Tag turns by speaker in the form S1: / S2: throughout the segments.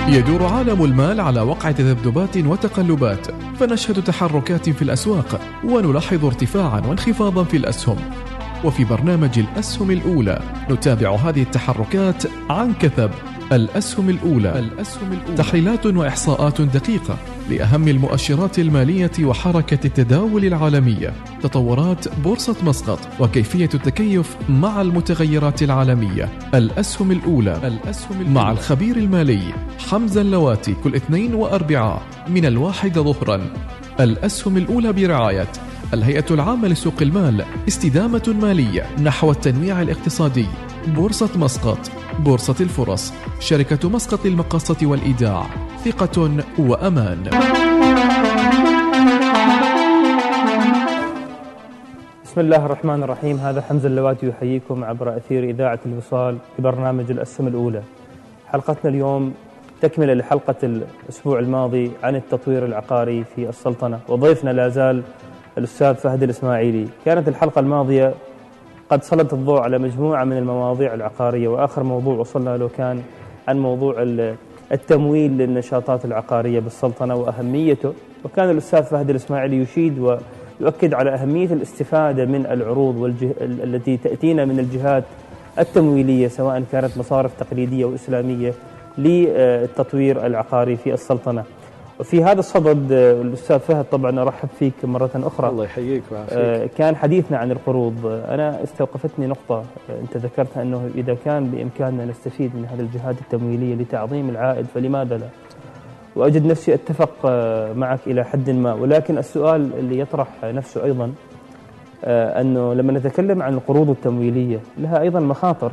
S1: يدور عالم المال على وقع تذبذبات وتقلبات، فنشهد تحركات في الأسواق ونلاحظ ارتفاعا وانخفاضا في الأسهم. وفي برنامج الأسهم الأولى نتابع هذه التحركات عن كثب. الأسهم الأولى تحليلات وإحصاءات دقيقة لأهم المؤشرات المالية وحركة التداول العالمية، تطورات بورصة مسقط وكيفية التكيف مع المتغيرات العالمية. الأسهم الأولى مع الخبير المالي حمزة اللواتي كل اثنين وأربعاء من 1 ظهرا. الأسهم الأولى برعاية الهيئة العامة لسوق المال، استدامة مالية نحو التنويع الاقتصادي. بورصة مسقط، بورصة الفرص، شركة مسقط للمقاصة والإيداع، ثقة وأمان.
S2: بسم الله الرحمن الرحيم. هذا حمزة اللواتي يحييكم عبر أثير إذاعة الوصال ببرنامج الأسهم الأولى. حلقتنا اليوم تكملة لحلقة الأسبوع الماضي عن التطوير العقاري في السلطنة، وضيفنا لا زال الأستاذ فهد الإسماعيلي. كانت الحلقة الماضية قد سلط الضوء على مجموعة من المواضيع العقارية، وآخر موضوع وصلنا له كان عن موضوع التمويل للنشاطات العقارية بالسلطنة وأهميته. وكان الأستاذ فهد الإسماعيلي يشيد ويؤكد على أهمية الاستفادة من العروض التي تأتينا من الجهات التمويلية، سواء كانت مصارف تقليدية وإسلامية، للتطوير العقاري في السلطنة. وفي هذا الصدد الأستاذ فهد، طبعا أرحب فيك مرة أخرى.
S3: الله يحييك ويعافيك.
S2: كان حديثنا عن القروض، أنا استوقفتني نقطة أنت ذكرتها، أنه إذا كان بإمكاننا نستفيد من هذه الجهات التمويلية لتعظيم العائد فلماذا لا؟ وأجد نفسي أتفق معك إلى حد ما، ولكن السؤال اللي يطرح نفسه أيضا أنه لما نتكلم عن القروض التمويلية لها أيضا مخاطر،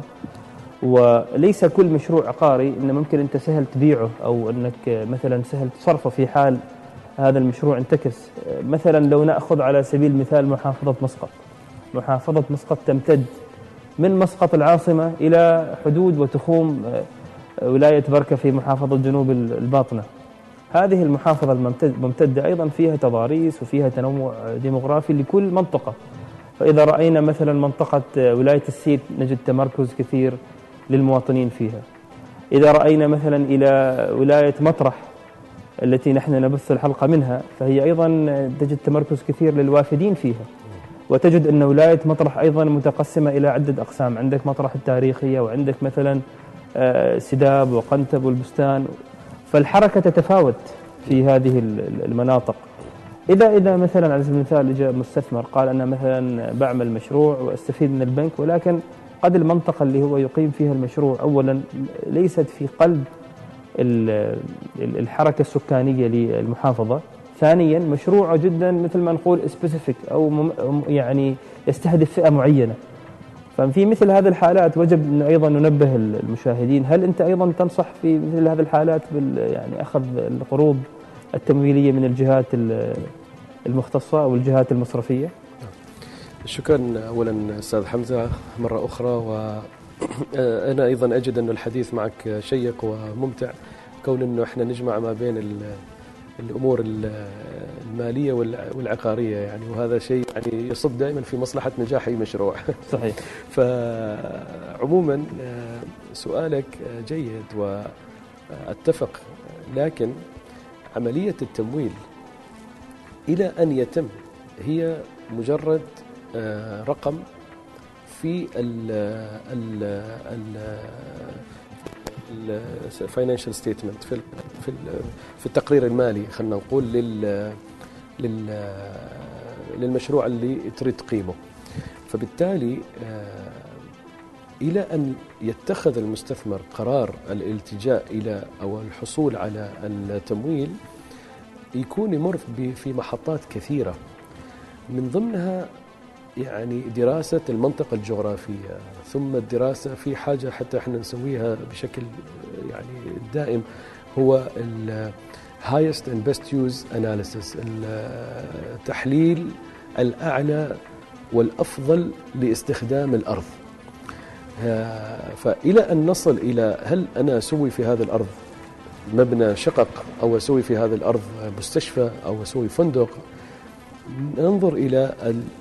S2: وليس كل مشروع عقاري إنه ممكن أنت سهل تبيعه أو أنك مثلا سهل تصرفه في حال هذا المشروع انتكس. مثلا لو نأخذ على سبيل المثال محافظة مسقط. محافظة مسقط تمتد من مسقط العاصمة إلى حدود وتخوم ولاية بركة في محافظة جنوب الباطنة. هذه المحافظة الممتدة أيضا فيها تضاريس وفيها تنوع ديموغرافي لكل منطقة. فإذا رأينا مثلا منطقة ولاية السيد نجد تمركز كثير للمواطنين فيها. إذا رأينا مثلا إلى ولاية مطرح التي نحن نبث الحلقة منها، فهي أيضا تجد تمركز كثير للوافدين فيها. وتجد أن ولاية مطرح أيضا متقسمة إلى عدة أقسام، عندك مطرح التاريخية، وعندك مثلا سداب وقنتب والبستان. فالحركة تتفاوت في هذه المناطق. إذا مثلا على سبيل المثال جاء مستثمر قال أنا مثلا بعمل مشروع وأستفيد من البنك، ولكن قد المنطقة اللي هو يقيم فيها المشروع أولا ليست في قلب الحركة السكانية للمحافظة، ثانيا مشروعه جدا مثل ما نقول سبيسيفيك أو يعني يستهدف فئة معينة. ففي مثل هذه الحالات وجب أن أيضا ننبه المشاهدين. هل أنت أيضا تنصح في مثل هذه الحالات يعني أخذ القروض التمويلية من الجهات المختصة أو الجهات المصرفية؟
S3: شكرا أولا أستاذ حمزة مرة أخرى، وأنا أيضا أجد أن الحديث معك شيق وممتع، كون أنه إحنا نجمع ما بين الأمور المالية والعقارية يعني، وهذا شيء يعني يصب دائما في مصلحة نجاح أي مشروع.
S2: صحيح.
S3: فعموما سؤالك جيد وأتفق، لكن عملية التمويل إلى أن يتم هي مجرد رقم في الفاينانشال ستيتمنت، في التقرير المالي، خلينا نقول للمشروع اللي تريد تقيمه. فبالتالي إلى أن يتخذ المستثمر قرار الالتجاء إلى أو الحصول على التمويل يكون يمر في محطات كثيرة، من ضمنها يعني دراسة المنطقة الجغرافية، ثم الدراسة في حاجة حتى احنا نسويها بشكل يعني دائم، هو highest and best use analysis، التحليل الأعلى والأفضل لاستخدام الأرض. فإلى أن نصل إلى هل أنا أسوي في هذه الأرض مبنى شقق، أو أسوي في هذه الأرض مستشفى، أو أسوي فندق، ننظر إلى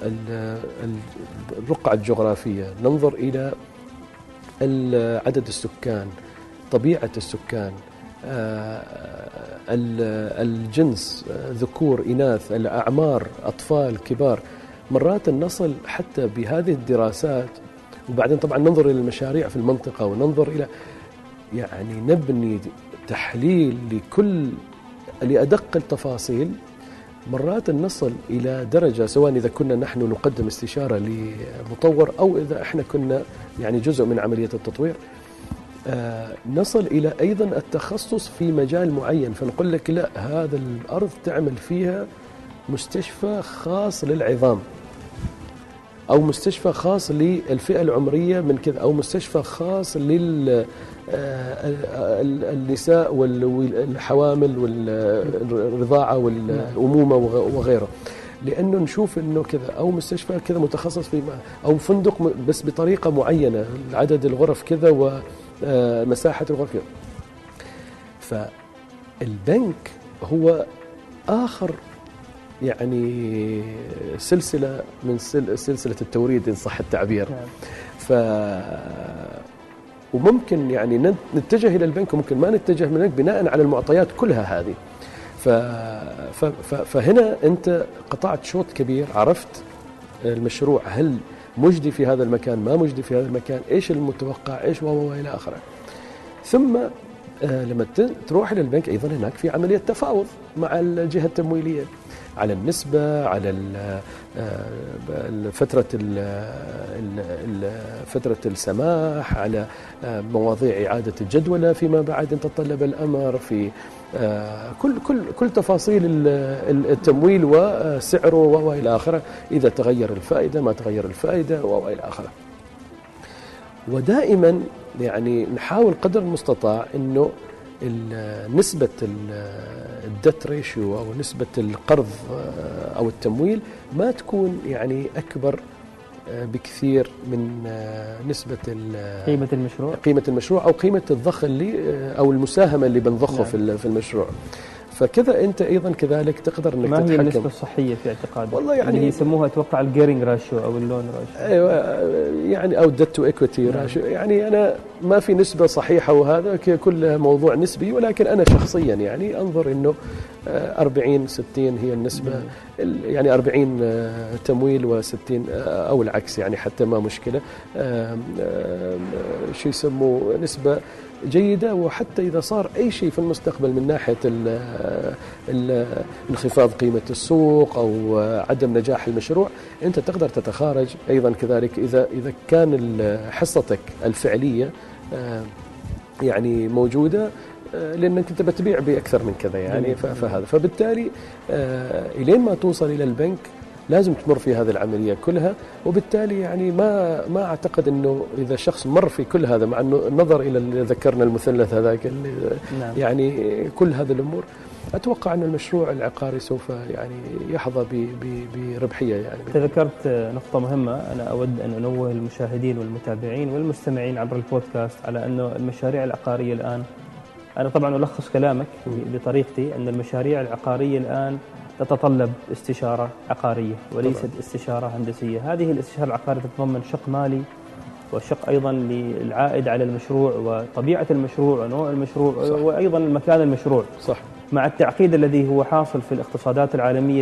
S3: الرقعة الجغرافية، ننظر إلى عدد السكان، طبيعة السكان، الجنس ذكور إناث، الأعمار أطفال كبار. مرات نصل حتى بهذه الدراسات، وبعدين طبعا ننظر إلى المشاريع في المنطقة وننظر إلى يعني نبني تحليل لأدق التفاصيل. مرات نصل إلى درجة سواء إذا كنا نحن نقدم استشارة لمطور أو إذا إحنا كنا يعني جزء من عملية التطوير، نصل إلى أيضا التخصص في مجال معين، فنقول لك لا هذا الأرض تعمل فيها مستشفى خاص للعظام، أو مستشفى خاص للفئة العمرية من كذا، أو مستشفى خاص للنساء والحوامل والرضاعة والأمومة وغيره، لأنه نشوف أنه كذا، أو مستشفى كذا متخصص في، أو فندق بس بطريقة معينة، عدد الغرف كذا ومساحة الغرف كذا. فالبنك هو آخر يعني سلسلة من سلسلة التوريد إن صح التعبير. وممكن يعني نتجه إلى البنك وممكن ما نتجه من البنك بناء على المعطيات كلها هذه. فهنا أنت قطعت شوط كبير، عرفت المشروع هل مجدي في هذا المكان، ما مجدي في هذا المكان، إيش المتوقع، إيش وإلى آخره. ثم لما تروح إلى البنك أيضا هناك في عملية تفاوض مع الجهة التمويلية على النسبة، على فترة السماح، على مواضيع إعادة الجدولة فيما بعد إن تطلب الأمر، في كل تفاصيل التمويل وسعره وإلى آخره، إذا تغير الفائدة ما تغير الفائدة وإلى آخره. ودائما يعني نحاول قدر المستطاع إنه نسبة الديت ريشيو أو نسبة القرض أو التمويل ما تكون يعني أكبر بكثير من نسبة قيمة المشروع أو قيمة الضخ أو المساهمة اللي بنضخه في المشروع. فكذا أنت أيضا كذلك تقدر أنك
S2: تتحكم.
S3: ما هي
S2: النسبة الصحية في اعتقادك؟
S3: والله يعني
S2: اللي يسموها أتوقع الجيرنج راشيو أو اللون راشيو.
S3: أيوة يعني أو ديت تو إيكويتي راشيو. يعني أنا ما في نسبة صحيحة وهذا كل موضوع نسبي، ولكن أنا شخصيا يعني أنظر إنه 40-60 هي النسبة، يعني 40 تمويل و60 أو العكس، يعني حتى ما مشكلة. شو يسموه نسبة جيدة. وحتى إذا صار أي شيء في المستقبل من ناحية انخفاض قيمة السوق أو عدم نجاح المشروع، أنت تقدر تتخارج أيضا كذلك إذا كان حصتك الفعلية يعني موجودة، لأنك أنت بتبيع بأكثر من كذا يعني. فهذا فبالتالي إلين ما توصل إلى البنك لازم تمر في هذه العملية كلها. وبالتالي يعني ما أعتقد أنه إذا شخص مر في كل هذا، مع أنه النظر إلى اللي ذكرنا المثلث هذاك يعني كل هذه الأمور، أتوقع أن المشروع العقاري سوف يعني يحظى بربحية. يعني
S2: ذكرت نقطة مهمة، أنا أود أن أنوه المشاهدين والمتابعين والمستمعين عبر البودكاست على أنه المشاريع العقارية الآن، أنا طبعا ألخص كلامك بطريقتي، أن المشاريع العقارية الآن تتطلب استشارة عقارية وليست استشارة هندسية. هذه الاستشارة العقارية تتضمن شق مالي وشق أيضا للعائد على المشروع وطبيعة المشروع ونوع المشروع. صح. وأيضا مكان المشروع.
S3: صح.
S2: مع التعقيد الذي هو حاصل في الاقتصادات العالمية،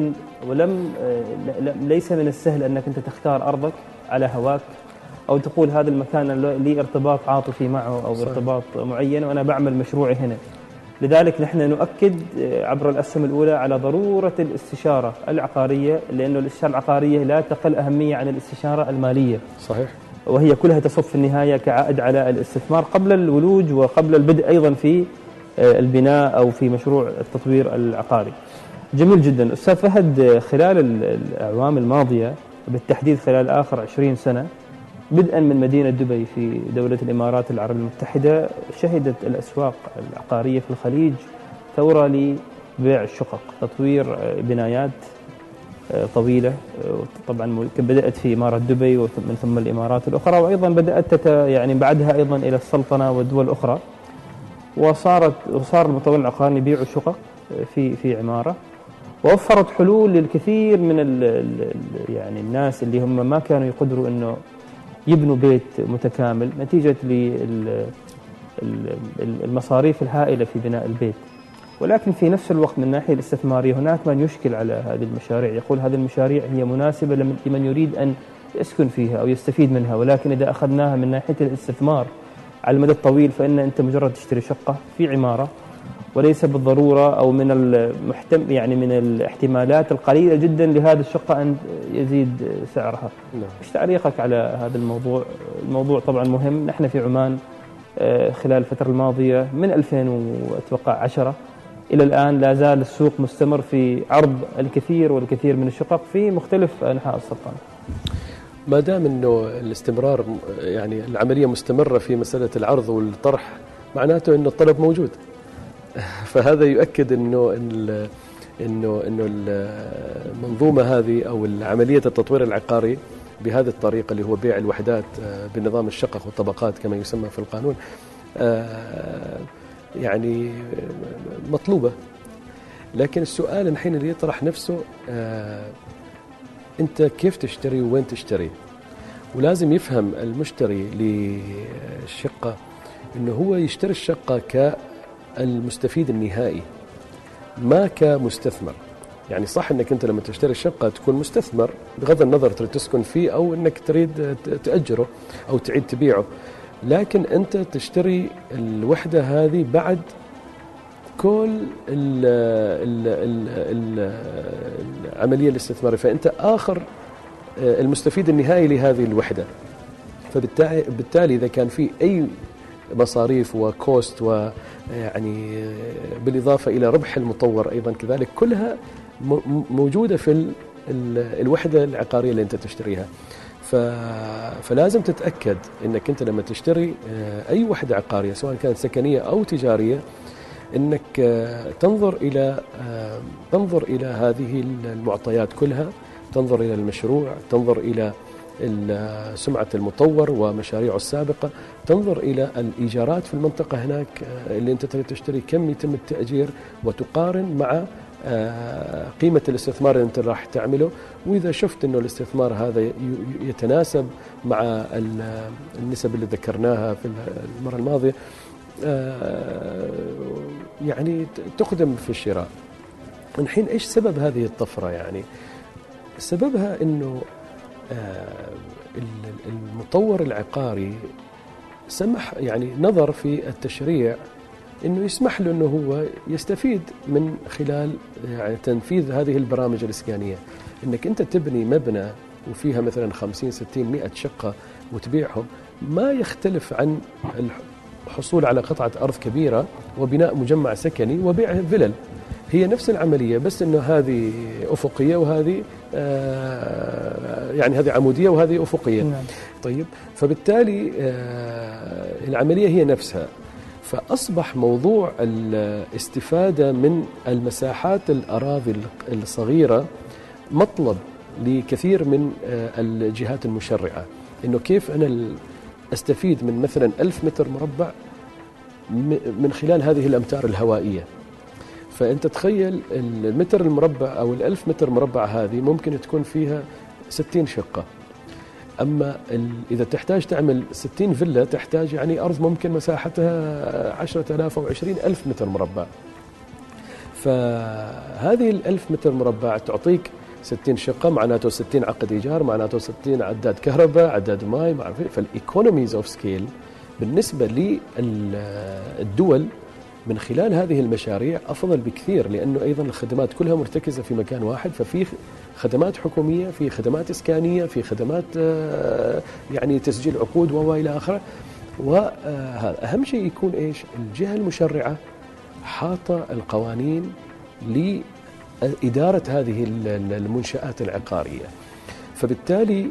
S2: ليس من السهل أنك أنت تختار أرضك على هواك أو تقول هذا المكان لي ارتباط عاطفي معه أو ارتباط معين وأنا بعمل مشروعي هنا. لذلك نحن نؤكد عبر الأسهم الأولى على ضرورة الاستشارة العقارية، لأنه الاستشارة العقارية لا تقل أهمية عن الاستشارة المالية.
S3: صحيح.
S2: وهي كلها تصب في النهاية كعائد على الاستثمار قبل الولوج وقبل البدء أيضا في البناء أو في مشروع التطوير العقاري. جميل جدا أستاذ فهد. خلال الأعوام الماضية بالتحديد خلال آخر 20 سنة بدءا من مدينة دبي في دولة الإمارات العربية المتحدة، شهدت الأسواق العقارية في الخليج ثورة لبيع الشقق، تطوير بنايات طويلة. طبعا بدأت في إمارة دبي ومن ثم الإمارات الأخرى، وأيضا بدأت يعني بعدها أيضا إلى السلطنة والدول الأخرى. وصار المطور العقاري يبيع شقق في عمارة، ووفرت حلول للكثير من يعني الناس اللي هم ما كانوا يقدروا إنه يبنوا بيت متكامل نتيجة المصاريف الهائلة في بناء البيت. ولكن في نفس الوقت من الناحية الاستثمارية هناك من يشكل على هذه المشاريع، يقول هذه المشاريع هي مناسبة لمن يريد أن يسكن فيها أو يستفيد منها، ولكن إذا أخذناها من ناحية الاستثمار على المدى الطويل فإن أنت مجرد تشتري شقة في عمارة، وليس بالضرورة أو من يعني من الاحتمالات القليلة جدا لهذه الشقة أن يزيد سعرها. إيش تعليقك على هذا الموضوع؟ الموضوع طبعا مهم. نحن في عمان خلال الفترة الماضية من 2010 إلى الآن لا زال السوق مستمر في عرض الكثير والكثير من الشقق في مختلف أنحاء السلطنة.
S3: ما دام انه الاستمرار يعني العمليه مستمره في مساله العرض والطرح، معناته انه الطلب موجود. فهذا يؤكد انه المنظومه هذه او عمليه التطوير العقاري بهذه الطريقه اللي هو بيع الوحدات بنظام الشقق والطبقات كما يسمى في القانون يعني مطلوبه. لكن السؤال الحين اللي يطرح نفسه أنت كيف تشتري وين تشتري؟ ولازم يفهم المشتري للشقة أنه هو يشتري الشقة كالمستفيد النهائي ما كمستثمر. يعني صح أنك أنت لما تشتري الشقة تكون مستثمر بغض النظر تريد تسكن فيه أو أنك تريد تأجره أو تعيد تبيعه، لكن أنت تشتري الوحدة هذه بعد كل العملية الاستثمارية، فأنت آخر المستفيد النهائي لهذه الوحدة. فبالتالي إذا كان في أي مصاريف وكوست ويعني بالإضافة إلى ربح المطور أيضا كذلك كلها موجودة في الوحدة العقارية اللي أنت تشتريها. فلازم تتأكد أنك أنت لما تشتري أي وحدة عقارية سواء كانت سكنية أو تجارية أنك تنظر إلى هذه المعطيات كلها، تنظر إلى المشروع، تنظر إلى سمعة المطور ومشاريعه السابقة، تنظر إلى الإيجارات في المنطقة هناك اللي أنت تريد تشتري كم يتم التأجير، وتقارن مع قيمة الاستثمار اللي أنت راح تعمله. وإذا شفت أنه الاستثمار هذا يتناسب مع النسب اللي ذكرناها في المرة الماضية يعني تقدم في الشراء. الحين إيش سبب هذه الطفرة؟ يعني سببها أنه المطور العقاري سمح يعني نظر في التشريع أنه يسمح له أنه هو يستفيد من خلال يعني تنفيذ هذه البرامج الإسكانية. أنك أنت تبني مبنى وفيها مثلا 50 60 100 شقة وتبيعهم ما يختلف عن الحصول على قطعة أرض كبيرة وبناء مجمع سكني وبيع فيلل. هي نفس العملية، بس أنه هذه أفقية وهذه يعني هذه عمودية وهذه أفقية. طيب، فبالتالي العملية هي نفسها. فأصبح موضوع الاستفادة من المساحات الأراضي الصغيرة مطلب لكثير من الجهات المشرعة، إنه كيف أنا أستفيد من مثلا 1000 متر مربع من خلال هذه الأمتار الهوائية. فأنت تخيل المتر المربع أو 1000 متر مربع هذه ممكن تكون فيها 60 شقة. أما إذا تحتاج تعمل 60 فيلا تحتاج يعني أرض ممكن مساحتها 10,000 أو 20,000 متر مربع. فهذه 1000 متر مربع تعطيك 60 شقة، معناته 60 عقد إيجار، معناته 60 عداد كهرباء، عداد ماء، ما أعرف. فالإيكونوميز أوف سكيل بالنسبة للدول من خلال هذه المشاريع أفضل بكثير، لأنه أيضا الخدمات كلها مرتكزة في مكان واحد. ففي خدمات حكومية، في خدمات إسكانية، في خدمات يعني تسجيل عقود وإلى آخره. وهذا أهم شيء يكون إيش؟ الجهة المشرعة حاطة القوانين لإدارة هذه المنشآت العقارية. فبالتالي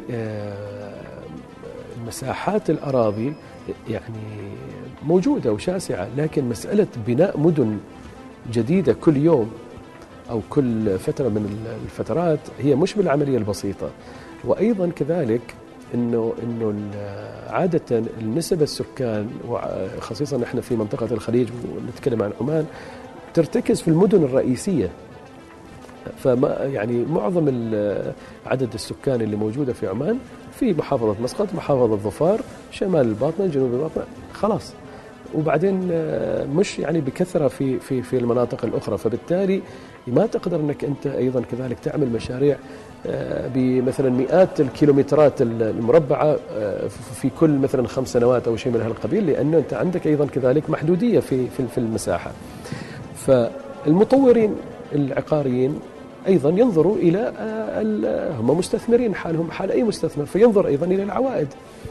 S3: مساحات الأراضي يعني موجودة وشاسعة، لكن مسألة بناء مدن جديدة كل يوم أو كل فترة من الفترات هي مش بالعملية البسيطة. وأيضا كذلك إنه عادة النسب السكان وخصيصا نحن في منطقة الخليج ونتكلم عن عمان ترتكز في المدن الرئيسية. فما يعني معظم عدد السكان اللي موجودة في عمان في محافظة مسقط، محافظة ظفار، شمال الباطنة، جنوب الباطنة، خلاص وبعدين مش يعني بكثرة في المناطق الأخرى، فبالتالي ما تقدر أنك أنت أيضا كذلك تعمل مشاريع بمثلا مئات الكيلومترات المربعة في كل مثلا 5 سنوات أو شيء من هالقبيل، لأنه أنت عندك أيضا كذلك محدودية في المساحة. فالمطورين العقاريين أيضا ينظروا إلى هم مستثمرين حالهم حال أي مستثمر، فينظر أيضا إلى العوائد.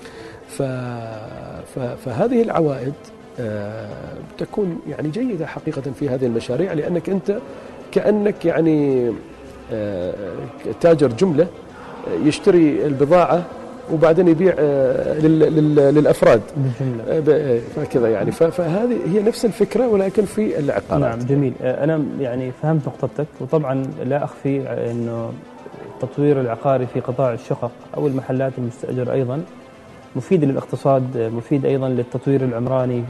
S3: فهذه العوائد تكون يعني جيدة حقيقة في هذه المشاريع، لأنك أنت كأنك يعني تاجر جملة يشتري البضاعة وبعدين يبيع للأفراد فكذا يعني. فهذه هي نفس الفكرة ولكن في العقارات.
S2: نعم جميل. أنا يعني فهمت نقطتك، وطبعا لا أخفي أنه التطوير العقاري في قطاع الشقق أو المحلات المستأجرة أيضا مفيد للاقتصاد، مفيد أيضا للتطوير العمراني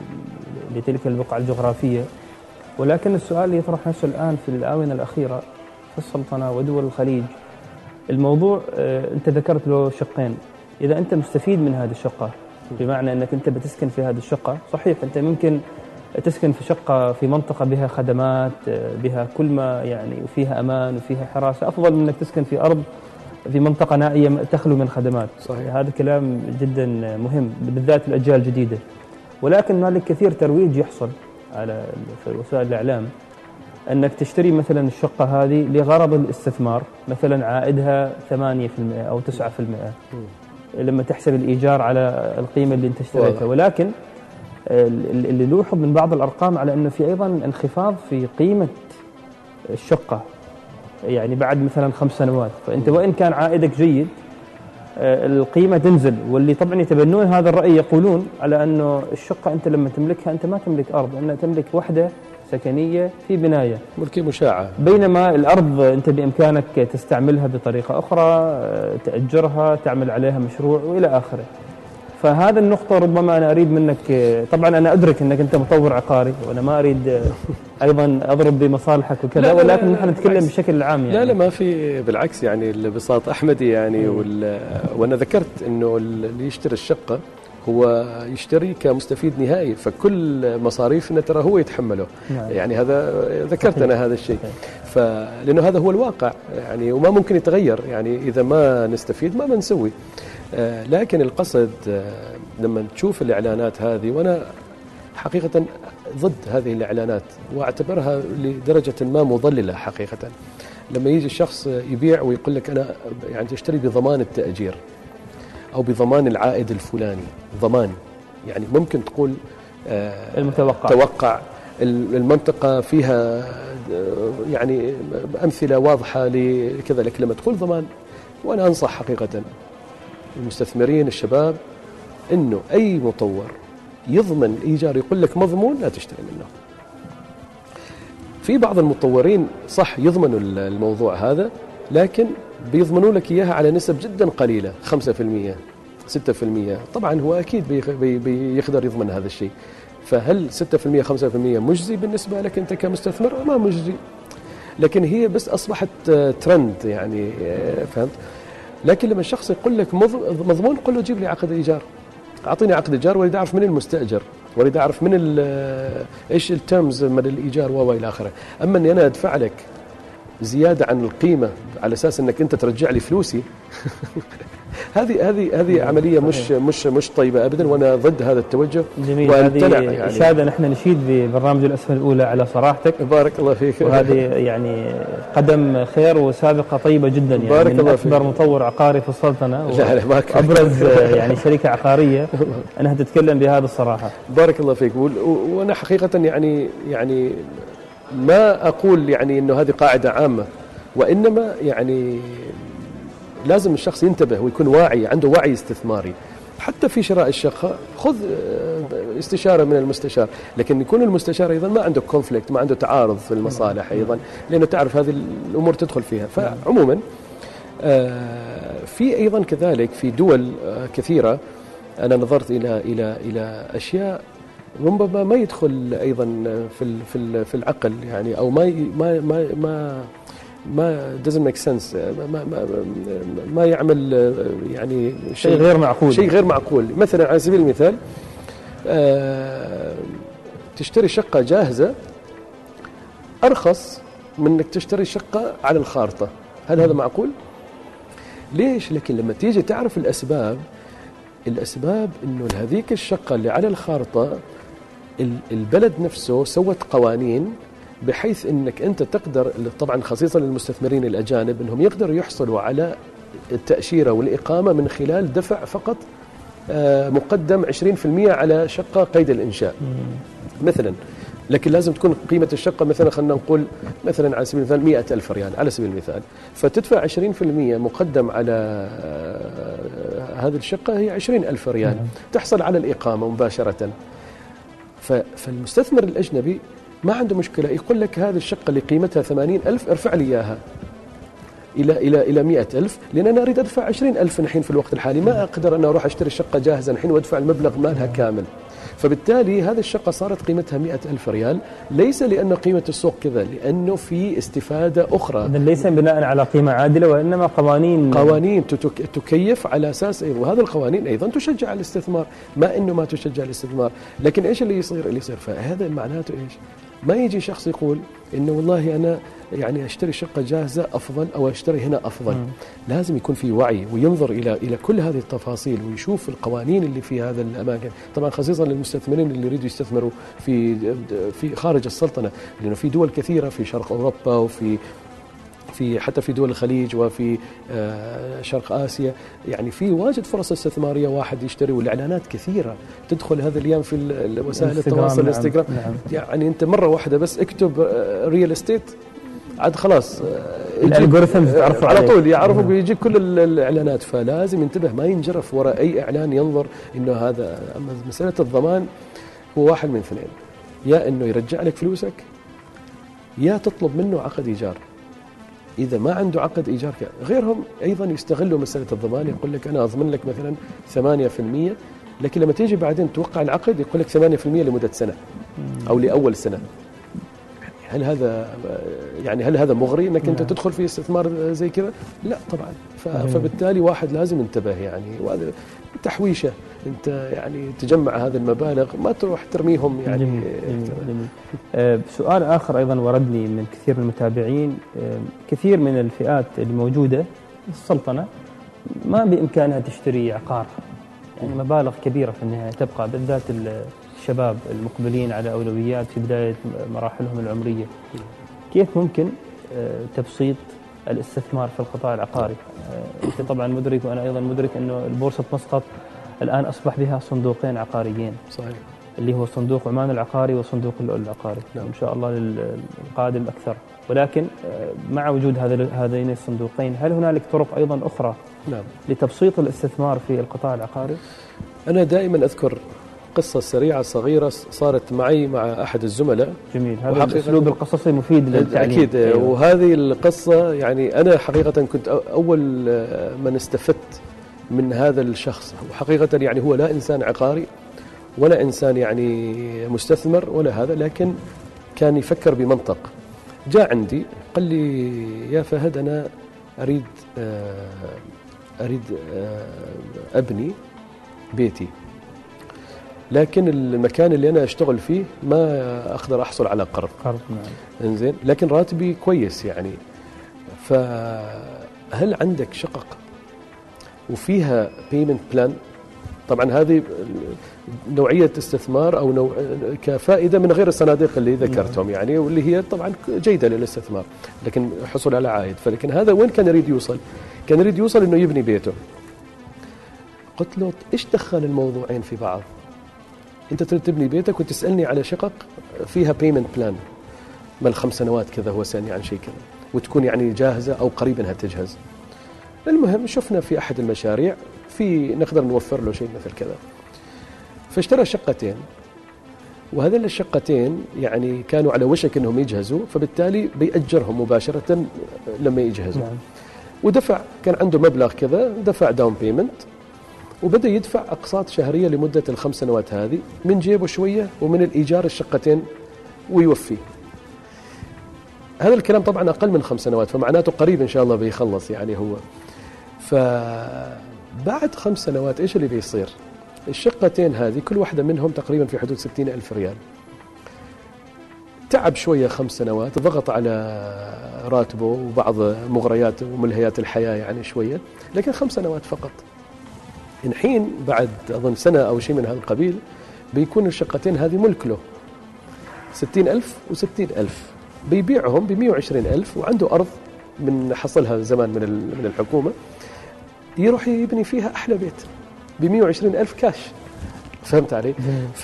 S2: لتلك البقعة الجغرافية. ولكن السؤال يطرح نفسه الآن في الآونة الأخيرة في السلطنة ودول الخليج، الموضوع أنت ذكرت له شقين. إذا أنت مستفيد من هذه الشقة، بمعنى أنك أنت بتسكن في هذه الشقة، صحيح أنت ممكن تسكن في شقة في منطقة بها خدمات، بها كل ما يعني وفيها أمان وفيها حراسة، أفضل من أنك تسكن في أرض في منطقة نائية تخلو من خدمات.
S3: صحيح.
S2: هذا كلام جدا مهم بالذات الأجيال الجديدة. ولكن هنالك كثير ترويج يحصل على في وسائل الإعلام أنك تشتري مثلا الشقة هذه لغرض الاستثمار، مثلا عائدها 8% أو 9% لما تحسب الإيجار على القيمة اللي أنت اشتريتها. ولكن اللي لوحظ من بعض الأرقام على أنه في أيضا انخفاض في قيمة الشقة يعني بعد مثلا 5 سنوات. فأنت وإن كان عائدك جيد القيمة تنزل. واللي طبعا يتبنون هذا الرأي يقولون على أنه الشقة أنت لما تملكها أنت ما تملك أرض، أنها تملك وحدة سكنية في بناية،
S3: ملكية مشاعة،
S2: بينما الأرض أنت بإمكانك تستعملها بطريقة أخرى، تأجرها، تعمل عليها مشروع وإلى آخره. فهذا النقطة ربما أنا أريد منك، طبعا أنا أدرك أنك أنت مطور عقاري وأنا ما أريد أيضا أضرب بمصالحك وكذا، ولكن نحن نتكلم بشكل عام يعني.
S3: لا ما في، بالعكس يعني البساط أحمدي يعني. وأنا ذكرت أنه اللي يشتري الشقة هو يشتري كمستفيد نهائي، فكل مصاريفنا ترى هو يتحمله. يعني هذا ذكرت أنا هذا الشيء، لأنه هذا هو الواقع يعني، وما ممكن يتغير يعني. إذا ما نستفيد ما بنسوي. لكن القصد لما تشوف الإعلانات هذه، وأنا حقيقة ضد هذه الإعلانات وأعتبرها لدرجة ما مضللة حقيقة. لما يجي الشخص يبيع ويقول لك أنا يعني تشتري بضمان التأجير أو بضمان العائد الفلاني، ضمان يعني ممكن تقول
S2: المتوقع،
S3: توقع المنطقة فيها يعني أمثلة واضحة لكذا. لك لما تقول ضمان، وأنا أنصح حقيقة المستثمرين الشباب إنه أي مطور يضمن إيجار يقول لك مضمون لا تشتري منه. في بعض المطورين صح يضمنوا الموضوع هذا، لكن بيضمنوا لك إياها على نسب جدا قليلة، 5% 6%. طبعا هو أكيد بيقدر يضمن هذا الشيء. فهل 6% 5% مجزي بالنسبة لك أنت كمستثمر؟ ما مجزي، لكن هي بس أصبحت ترند يعني، فهمت؟ لكن لما الشخص يقول لك مضمون، قل له جيب لي عقد إيجار، أعطيني عقد إيجار، واريد أعرف من المستأجر، واريد أعرف من إيش التيرمز من الإيجار وإلى آخره. أما أني أنا أدفع لك زيادة عن القيمة على أساس أنك أنت ترجع لي فلوسي هذه عملية مش طيبة أبدا، وأنا ضد هذا التوجه.
S2: جميل. هذه إشادة نحن نشيد ببرنامج الأسهم الأولى على صراحتك.
S3: بارك الله فيك.
S2: وهذه يعني قدم خير وسابقة طيبة جدا يعني.
S3: بارك الله فيك.
S2: أكبر مطور عقاري في السلطنة
S3: وأبرز
S2: يعني شركة عقارية أنها تتكلم بهذا الصراحة.
S3: بارك الله فيك. وأنا حقيقة يعني ما أقول يعني إنه هذه قاعدة عامة، وإنما يعني لازم الشخص ينتبه ويكون واعي، عنده وعي استثماري. حتى في شراء الشقة خذ استشارة من المستشار، لكن يكون المستشار أيضا ما عنده كونفليكت، ما عنده تعارض في المصالح أيضا، لأنه تعرف هذه الأمور تدخل فيها. فعموما في أيضا كذلك في دول كثيرة أنا نظرت إلى أشياء ربما ما يدخل أيضا في العقل يعني، أو ما doesn't make sense، ما يعمل يعني
S2: شيء غير معقول.
S3: مثلا على سبيل المثال تشتري شقة جاهزة أرخص من أنك تشتري شقة على الخارطة. هل هذا معقول؟ ليش؟ لكن لما تيجي تعرف الأسباب إنه هذيك الشقة اللي على الخارطة البلد نفسه سوت قوانين بحيث إنك أنت تقدر، طبعا خصيصا للمستثمرين الأجانب، إنهم يقدروا يحصلوا على التأشيرة والإقامة من خلال دفع فقط مقدم 20% على شقة قيد الإنشاء مثلا. لكن لازم تكون قيمة الشقة مثلا خلينا نقول مثلا على سبيل المثال 100,000 ريال على سبيل المثال، فتدفع 20% مقدم على هذه الشقة هي 20,000 ريال، تحصل على الإقامة مباشرة. فالمستثمر الأجنبي ما عنده مشكلة، يقول لك هذه الشقة اللي قيمتها 80,000 ارفع لي إياها إلى 100,000، لأن أنا أريد أدفع 20,000 الحين في الوقت الحالي، ما أقدر أنا أروح أشتري الشقة جاهزة الحين وأدفع المبلغ مالها كامل. فبالتالي هذه الشقة صارت قيمتها 100,000 ريال، ليس لأنه قيمة السوق كذا، لأنه في استفادة أخرى،
S2: ليس بناء على قيمة عادلة، وإنما قوانين
S3: تكيف على أساس وهذا القوانين أيضا تشجع الاستثمار، ما إنه ما تشجع الاستثمار. لكن إيش اللي يصير فهذا معناته إيش؟ ما يجي شخص يقول إنه والله أنا يعني أشتري شقة جاهزة أفضل أو أشتري هنا أفضل. لازم يكون في وعي وينظر إلى كل هذه التفاصيل ويشوف القوانين اللي في هذا الأماكن، طبعا خصيصا للمستثمرين اللي يريدوا يستثمروا في خارج السلطنة، لأنه في دول كثيرة في شرق أوروبا وفي حتى في دول الخليج وفي شرق آسيا، يعني في واجد فرص استثمارية واحد يشتري، والإعلانات كثيرة تدخل هذا اليوم في وسائل التواصل الانستغرام. يعني أنت مرة واحدة بس اكتب ريال استيت عاد خلاص
S2: الالغوريثمز تعرفوا
S3: على طول يعرفوا بيجي كل الإعلانات. فلازم ينتبه ما ينجرف وراء أي إعلان، ينظر إنه هذا. أما مسألة الضمان هو واحد من اثنين، يا إنه يرجع لك فلوسك يا تطلب منه عقد إيجار. إذا ما عنده عقد إيجار غيرهم أيضا يستغلوا مسألة الضمان، يقول لك أنا أضمن لك مثلا 8%، لكن لما تيجي بعدين توقع العقد يقول لك 8% لمدة سنة أو لأول سنة. هل هذا مغري أنك أنت تدخل في استثمار زي كذا؟ لا طبعا. فبالتالي واحد لازم ينتبه يعني، وهذا تحويشة أنت يعني تجمع هذه المبالغ ما تروح ترميهم يعني.
S2: جميل. سؤال آخر أيضا وردني من كثير من المتابعين، كثير من الفئات الموجودة في السلطنة ما بإمكانها تشتري عقار، يعني مبالغ كبيرة في النهاية تبقى، بالذات الشباب المقبلين على أولويات في بداية مراحلهم العمرية. كيف ممكن تبسيط الاستثمار في القطاع العقاري؟ أنت طبعا مدرك وأنا أيضا مدرك أنه البورصة مسقط الآن أصبح بها صندوقين عقاريين، صحيح، اللي هو صندوق عمان العقاري وصندوق اللؤلؤ العقاري. نعم. إن شاء الله للقادم أكثر. ولكن مع وجود هذين الصندوقين هل هنالك طرق أيضا أخرى نعم لتبسيط الاستثمار في القطاع العقاري؟
S3: أنا دائما أذكر قصة سريعة صغيرة صارت معي مع أحد الزملاء.
S2: جميل، هذا الأسلوب القصصي مفيد للتعليم.
S3: أكيد. أيوة. وهذه القصة يعني أنا حقيقة كنت أول من استفدت من هذا الشخص، وحقيقة يعني هو لا إنسان عقاري ولا إنسان يعني مستثمر ولا هذا، لكن كان يفكر بمنطق. جاء عندي قال لي يا فهد أنا أريد أبني بيتي، لكن المكان اللي أنا أشتغل فيه ما أقدر أحصل على قرض. إنزين، لكن راتبي كويس يعني، فهل عندك شقق وفيها payment plan؟ طبعا هذه نوعية استثمار أو كفائدة من غير الصناديق اللي ذكرتهم يعني، واللي هي طبعا جيدة للاستثمار لكن حصول على عائد. فلكن هذا وين كان يريد يوصل؟ كان يريد يوصل إنه يبني بيته. قلت له إيش دخل الموضوعين في بعض؟ أنت تريد تبني بيتك وتسألني على شقق فيها payment plan مال 5 سنوات كذا، هو سألني عن شيء كذا وتكون يعني جاهزة أو قريب أنها تجهز. المهم شفنا في أحد المشاريع نقدر نوفر له شيء مثل كذا، فاشترى شقتين، وهذين الشقتين يعني كانوا على وشك أنهم يجهزوا، فبالتالي بيأجرهم مباشرة لما يجهزوا. ودفع، كان عنده مبلغ كذا، دفع داون بيمنت وبدأ يدفع أقساط شهرية لمدة ال5 سنوات هذه من جيبه شوية ومن الإيجار الشقتين ويوفي. هذا الكلام طبعا أقل من 5 سنوات، فمعناته قريب إن شاء الله بيخلص يعني هو. فبعد 5 سنوات إيش اللي بيصير؟ الشقتين هذه كل واحدة منهم تقريبا في حدود 60,000 ريال. تعب شوية 5 سنوات، ضغط على راتبه وبعض مغريات وملهيات الحياة يعني شوية، لكن 5 سنوات فقط. الحين بعد أظن سنة أو شيء من هذا القبيل بيكون الشقتين هذه ملك له، 60,000 و60,000، بيبيعهم ب120,000 وعنده أرض من حصلها زمان من الحكومة، يروح يبني فيها أحلى بيت ب120,000 كاش. فهمت علي؟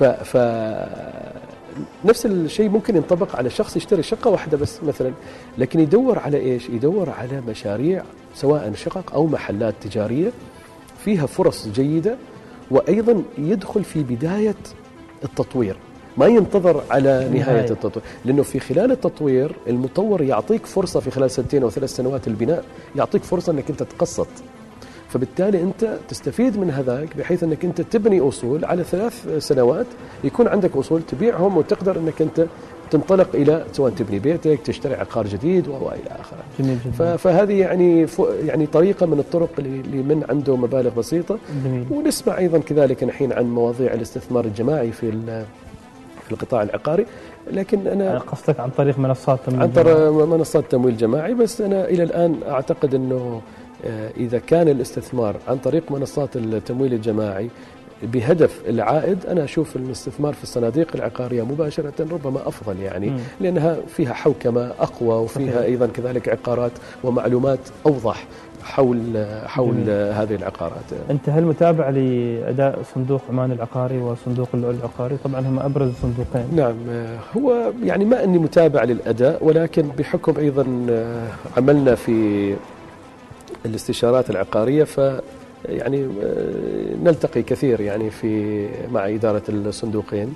S3: نفس الشيء ممكن ينطبق على شخص يشتري شقة واحدة بس مثلا، لكن يدور على إيش؟ يدور على مشاريع سواء شقق أو محلات تجارية فيها فرص جيدة، وأيضا يدخل في بداية التطوير، ما ينتظر على نهاية التطوير، لأنه في خلال التطوير المطور يعطيك فرصة في خلال 2 أو 3 سنوات البناء، يعطيك فرصة أنك أنت تقسط، فبالتالي أنت تستفيد من هذاك بحيث أنك أنت تبني أصول على 3 سنوات، يكون عندك أصول تبيعهم وتقدر أنك أنت تنطلق إلى سواء تبني بيتك، تشتري عقار جديد وإلى آخره.
S2: جميل جدا.
S3: فهذه يعني طريقة من الطرق لمن عنده مبالغ بسيطة. جميل. ونسمع أيضا كذلك الحين عن مواضيع الاستثمار الجماعي في القطاع العقاري، لكن أنا
S2: قصدك عن طريق منصات تمويل
S3: عن طريق منصات تمويل جماعي، بس أنا إلى الآن أعتقد أنه إذا كان الاستثمار عن طريق منصات التمويل الجماعي بهدف العائد، أنا أشوف الاستثمار في الصناديق العقارية مباشرة ربما أفضل يعني لأنها فيها حوكمة أقوى، وفيها أيضا كذلك عقارات ومعلومات أوضح حول هذه العقارات.
S2: أنت هل متابع لأداء صندوق عمان العقاري وصندوق اللؤلؤ العقاري؟ طبعا هم أبرز صندوقين.
S3: نعم، هو يعني ما أني متابع للأداء، ولكن بحكم أيضا عملنا في الاستشارات العقارية يعني نلتقي كثير يعني مع إدارة الصندوقين،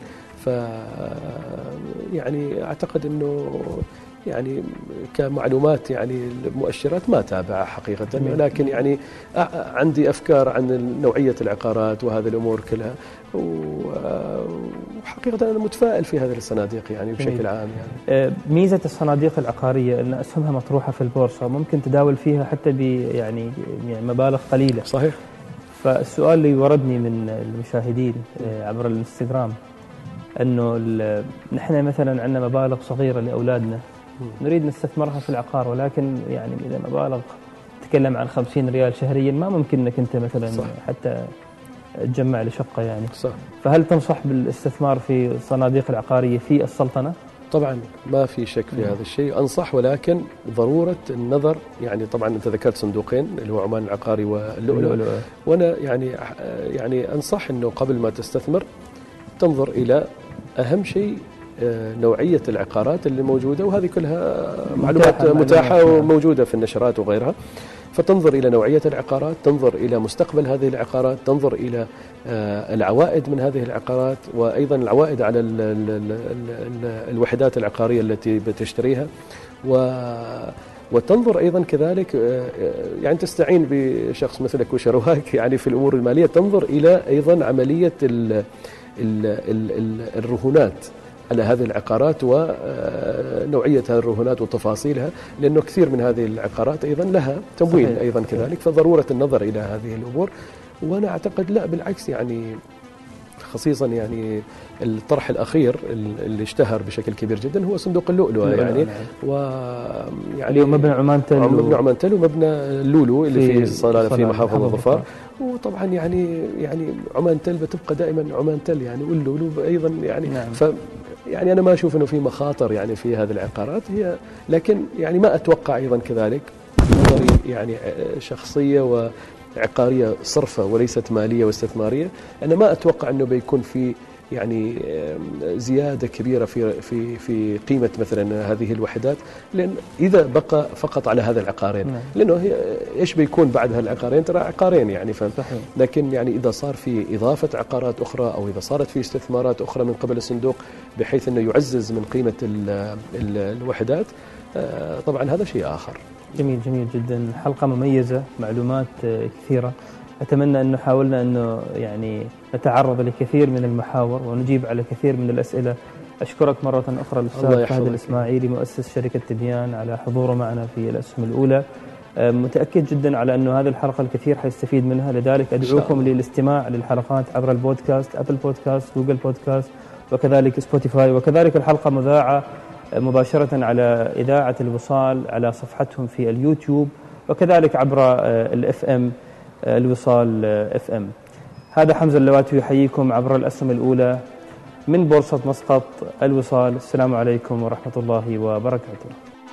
S3: يعني أعتقد أنه يعني كمعلومات يعني المؤشرات ما تابعها حقيقة، لكن يعني عندي أفكار عن نوعية العقارات وهذه الأمور كلها، وحقيقة أنا متفائل في هذه الصناديق يعني بشكل عام. يعني
S2: ميزة الصناديق العقارية أن أسهمها مطروحة في البورصة، ممكن تداول فيها حتى يعني مبالغ قليلة.
S3: صحيح.
S2: فالسؤال اللي وردني من المشاهدين عبر الانستغرام أنه نحن مثلا عندنا مبالغ صغيرة لأولادنا نريد نستثمرها في العقار، ولكن يعني إذا مبالغ تتكلم عن 50 ريال شهريا ما ممكن أنك أنت مثلا صح. حتى تجمع لشقة يعني.
S3: صح.
S2: فهل تنصح بالاستثمار في الصناديق العقارية في السلطنة؟
S3: طبعا ما في شك في هذا الشيء، أنصح، ولكن ضرورة النظر. يعني طبعا أنت ذكرت صندوقين اللي هو عمان العقاري واللؤلؤ، وأنا يعني أنصح أنه قبل ما تستثمر تنظر إلى أهم شيء نوعية العقارات اللي موجودة، وهذه كلها معلومات متاحة وموجودة في النشرات وغيرها. فتنظر إلى نوعية العقارات، تنظر إلى مستقبل هذه العقارات، تنظر إلى العوائد من هذه العقارات، وأيضا العوائد على الوحدات العقارية التي بتشتريها، وتنظر أيضا كذلك يعني تستعين بشخص مثلك وشرواك يعني في الأمور المالية، تنظر إلى أيضا عملية الرهونات على هذه العقارات ونوعية هذه الرهونات وتفاصيلها، لأنه كثير من هذه العقارات أيضا لها تمويل. صحيح. أيضا كذلك، فضرورة النظر إلى هذه الأمور. وأنا أعتقد لا بالعكس، يعني خصيصا يعني الطرح الأخير اللي اشتهر بشكل كبير جدا هو صندوق اللؤلؤ يعني، ويعني
S2: مبنى عمان
S3: تل ومبنى اللولو اللي في محافظة ظفار. وطبعا يعني عمان تل بتبقى دائما عمان تل يعني، واللولو أيضا يعني. نعم. يعني أنا ما أشوف أنه في مخاطر يعني في هذه العقارات هي، لكن يعني ما أتوقع أيضا كذلك نظري يعني شخصية وعقارية صرفة وليست مالية واستثمارية، أنا ما أتوقع أنه بيكون في يعني زيادة كبيرة في قيمة مثلا هذه الوحدات، لأن إذا بقى فقط على هذا العقارين. لأنه إيش بيكون بعد هالعقارين؟ ترى عقارين يعني، لكن يعني إذا صار في إضافة عقارات أخرى، أو إذا صارت في استثمارات أخرى من قبل الصندوق بحيث أنه يعزز من قيمة الوحدات، طبعا هذا شيء آخر.
S2: جميل جدا، حلقة مميزة، معلومات كثيرة. أتمنى أنه حاولنا أنه يعني نتعرض لكثير من المحاور ونجيب على كثير من الأسئلة. أشكرك مرة أخرى الأستاذ فهد الإسماعيلي مؤسس شركة تبيان على حضوره معنا في الأسهم الأولى. متأكد جدا على أنه هذه الحلقة الكثير حيستفيد منها، لذلك أدعوكم للاستماع للحلقات عبر البودكاست، أبل بودكاست، جوجل بودكاست، وكذلك سبوتيفاي، وكذلك الحلقة مذاعة مباشرة على إذاعة الوصال على صفحتهم في اليوتيوب، وكذلك عبر الإف إم الوصال إف إم. هذا حمزة اللواتي يحييكم عبر الأسهم الأولى من بورصة مسقط الوصال. السلام عليكم ورحمة الله وبركاته.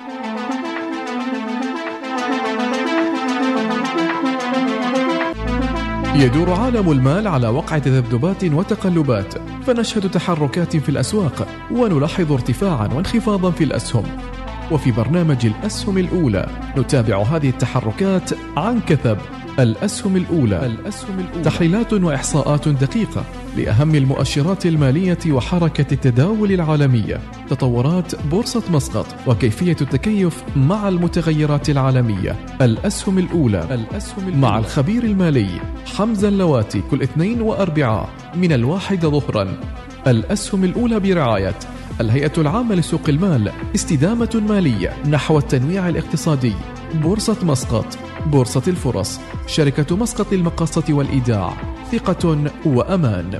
S1: يدور عالم المال على وقع تذبذبات وتقلبات، فنشهد تحركات في الأسواق ونلاحظ ارتفاعا وانخفاضا في الأسهم. وفي برنامج الأسهم الأولى نتابع هذه التحركات عن كثب. الأسهم الأولى تحليلات وإحصاءات دقيقة لأهم المؤشرات المالية وحركة التداول العالمية، تطورات بورصة مسقط وكيفية التكيف مع المتغيرات العالمية. الأسهم الأولى مع الخبير المالي حمزة اللواتي كل اثنين وأربعاء من 1 ظهرا. الأسهم الأولى برعاية الهيئة العامة لسوق المال، استدامة مالية نحو التنويع الاقتصادي. بورصة مسقط، بورصة الفرص، شركة مسقط للمقاصة والإيداع، ثقة وأمان.